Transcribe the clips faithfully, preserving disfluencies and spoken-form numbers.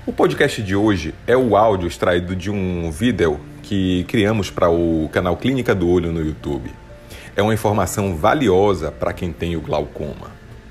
O podcast de hoje é o áudio extraído de um vídeo que criamos para o canal Clínica do Olho no YouTube. É uma informação valiosa para quem tem o glaucoma.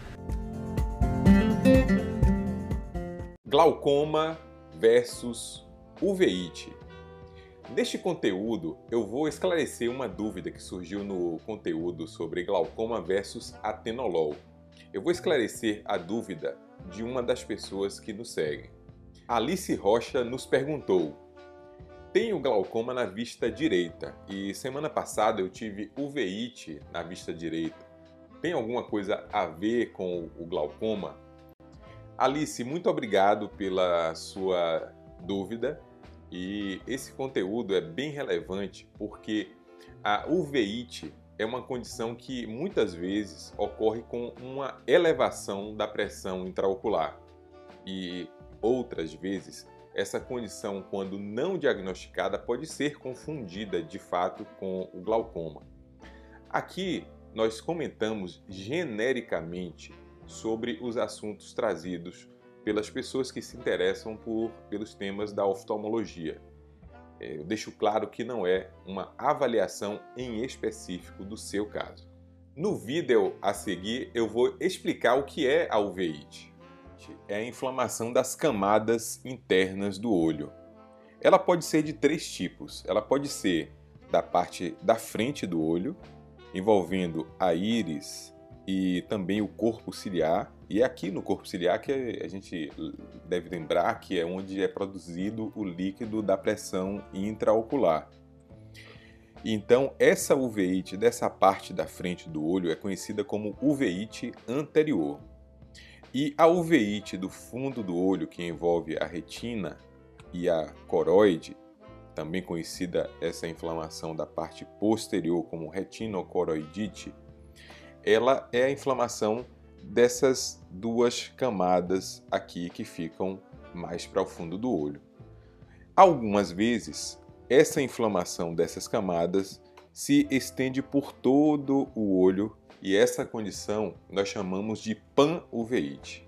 Glaucoma versus uveíte. Neste conteúdo, eu vou esclarecer uma dúvida que surgiu no conteúdo sobre glaucoma versus atenolol. Eu vou esclarecer a dúvida de uma das pessoas que nos seguem. Alice Rocha nos perguntou: tenho glaucoma na vista direita e semana passada eu tive uveíte na vista direita. Tem alguma coisa a ver com o glaucoma? Alice, muito obrigado pela sua dúvida. E esse conteúdo é bem relevante porque a uveíte é uma condição que muitas vezes ocorre com uma elevação da pressão intraocular. E outras vezes, essa condição, quando não diagnosticada, pode ser confundida de fato com o glaucoma. Aqui nós comentamos genericamente sobre os assuntos trazidos pelas pessoas que se interessam por, pelos temas da oftalmologia. Eu deixo claro que não é uma avaliação em específico do seu caso. No vídeo a seguir, eu vou explicar o que é a uveíte. É a inflamação das camadas internas do olho. Ela pode ser de três tipos. Ela pode ser da parte da frente do olho, envolvendo a íris e também o corpo ciliar. E é aqui no corpo ciliar que a gente deve lembrar que é onde é produzido o líquido da pressão intraocular. Então, essa uveíte dessa parte da frente do olho é conhecida como uveíte anterior. E a uveíte do fundo do olho, que envolve a retina e a coroide, também conhecida essa inflamação da parte posterior como retinocoroidite, ela é a inflamação dessas duas camadas aqui que ficam mais para o fundo do olho. Algumas vezes, essa inflamação dessas camadas se estende por todo o olho e essa condição nós chamamos de panuveíte.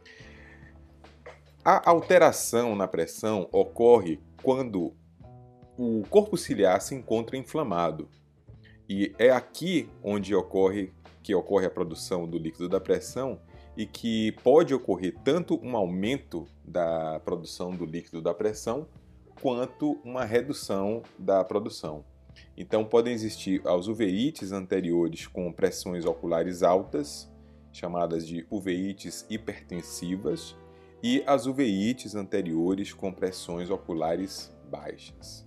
A alteração na pressão ocorre quando o corpo ciliar se encontra inflamado e é aqui onde ocorre que ocorre a produção do líquido da pressão e que pode ocorrer tanto um aumento da produção do líquido da pressão quanto uma redução da produção. Então podem existir as uveites anteriores com pressões oculares altas, chamadas de uveites hipertensivas, e as uveites anteriores com pressões oculares baixas.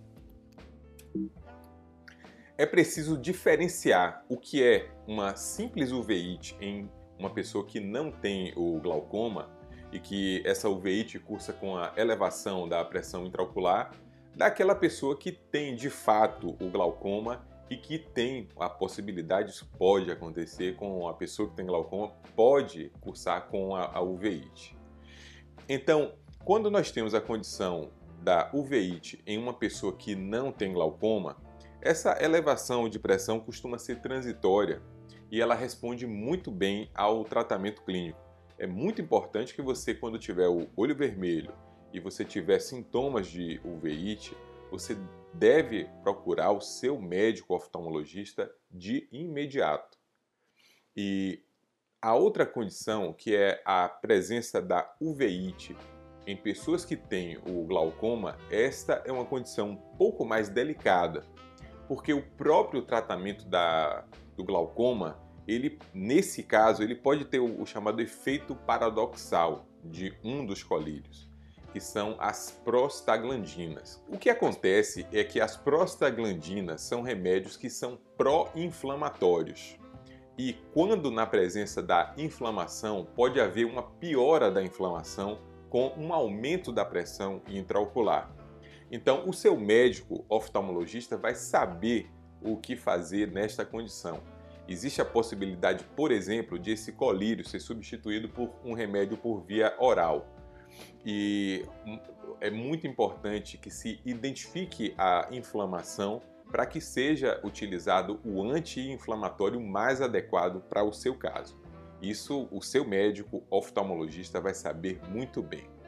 É preciso diferenciar o que é uma simples uveíte em uma pessoa que não tem o glaucoma e que essa uveíte cursa com a elevação da pressão intraocular, daquela pessoa que tem de fato o glaucoma e que tem a possibilidade, isso pode acontecer com a pessoa que tem glaucoma, pode cursar com a, a uveíte. Então, quando nós temos a condição da uveíte em uma pessoa que não tem glaucoma, essa elevação de pressão costuma ser transitória e ela responde muito bem ao tratamento clínico. É muito importante que você, quando tiver o olho vermelho e você tiver sintomas de uveíte, você deve procurar o seu médico oftalmologista de imediato. E a outra condição, que é a presença da uveíte em pessoas que têm o glaucoma, esta é uma condição um pouco mais delicada, porque o próprio tratamento da, do glaucoma, ele, nesse caso, ele pode ter o, o chamado efeito paradoxal de um dos colírios, que são as prostaglandinas. O que acontece é que as prostaglandinas são remédios que são pró-inflamatórios. E quando na presença da inflamação, pode haver uma piora da inflamação com um aumento da pressão intraocular. Então, o seu médico oftalmologista vai saber o que fazer nesta condição. Existe a possibilidade, por exemplo, de esse colírio ser substituído por um remédio por via oral. E é muito importante que se identifique a inflamação para que seja utilizado o anti-inflamatório mais adequado para o seu caso. Isso o seu médico oftalmologista vai saber muito bem.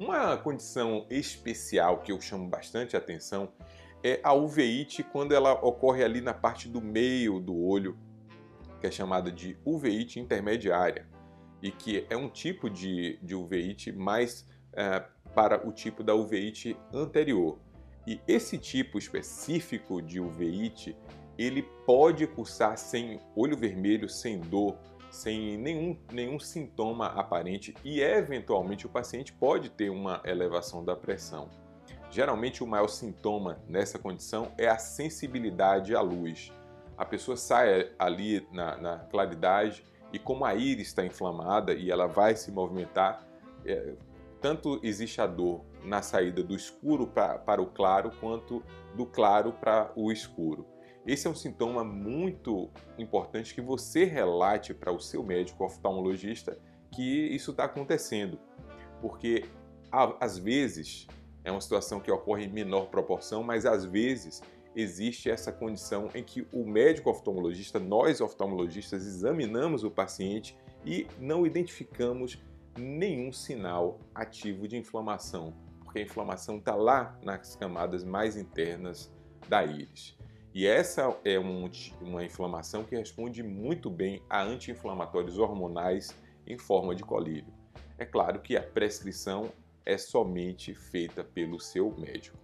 Uma condição especial que eu chamo bastante atenção é a uveíte quando ela ocorre ali na parte do meio do olho, que é chamada de uveíte intermediária, e que é um tipo de, de uveíte mais é, para o tipo da uveíte anterior. E esse tipo específico de uveíte, ele pode cursar sem olho vermelho, sem dor, sem nenhum, nenhum sintoma aparente e, eventualmente, o paciente pode ter uma elevação da pressão. Geralmente, o maior sintoma nessa condição é a sensibilidade à luz. A pessoa sai ali na, na claridade e, como a íris está inflamada e ela vai se movimentar, é, tanto existe a dor na saída do escuro pra, para o claro, quanto do claro para o escuro. Esse é um sintoma muito importante que você relate para o seu médico oftalmologista que isso está acontecendo, porque às vezes é uma situação que ocorre em menor proporção, mas às vezes existe essa condição em que o médico oftalmologista, nós oftalmologistas, examinamos o paciente e não identificamos nenhum sinal ativo de inflamação, porque a inflamação está lá nas camadas mais internas da íris. E essa é um, uma inflamação que responde muito bem a anti-inflamatórios hormonais em forma de colírio. É claro que a prescrição é somente feita pelo seu médico.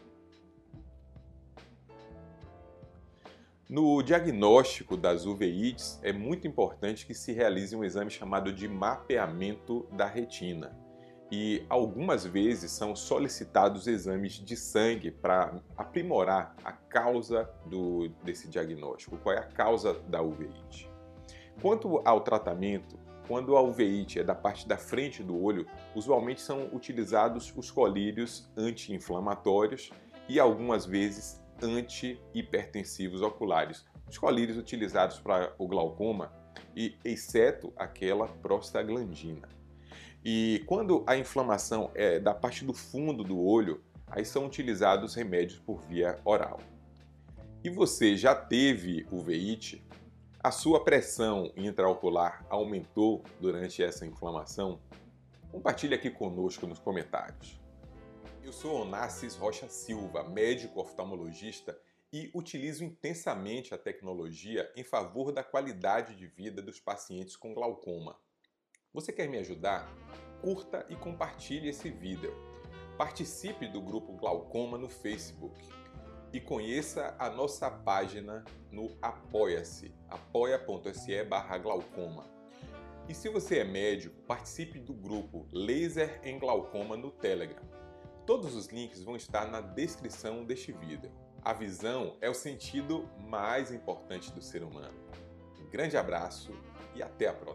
No diagnóstico das uveites, é muito importante que se realize um exame chamado de mapeamento da retina. E algumas vezes são solicitados exames de sangue para aprimorar a causa do, desse diagnóstico, qual é a causa da uveíte. Quanto ao tratamento, quando a uveíte é da parte da frente do olho, usualmente são utilizados os colírios anti-inflamatórios e algumas vezes anti-hipertensivos oculares, os colírios utilizados para o glaucoma, e exceto aquela prostaglandina. E quando a inflamação é da parte do fundo do olho, aí são utilizados remédios por via oral. E você já teve uveíte? A sua pressão intraocular aumentou durante essa inflamação? Compartilhe aqui conosco nos comentários. Eu sou Onassis Rocha Silva, médico oftalmologista, e utilizo intensamente a tecnologia em favor da qualidade de vida dos pacientes com glaucoma. Você quer me ajudar? Curta e compartilhe esse vídeo. Participe do grupo Glaucoma no Facebook e conheça a nossa página no Apoia-se, apoia.se barra glaucoma. E se você é médico, participe do grupo Laser em Glaucoma no Telegram. Todos os links vão estar na descrição deste vídeo. A visão é o sentido mais importante do ser humano. Um grande abraço e até a próxima!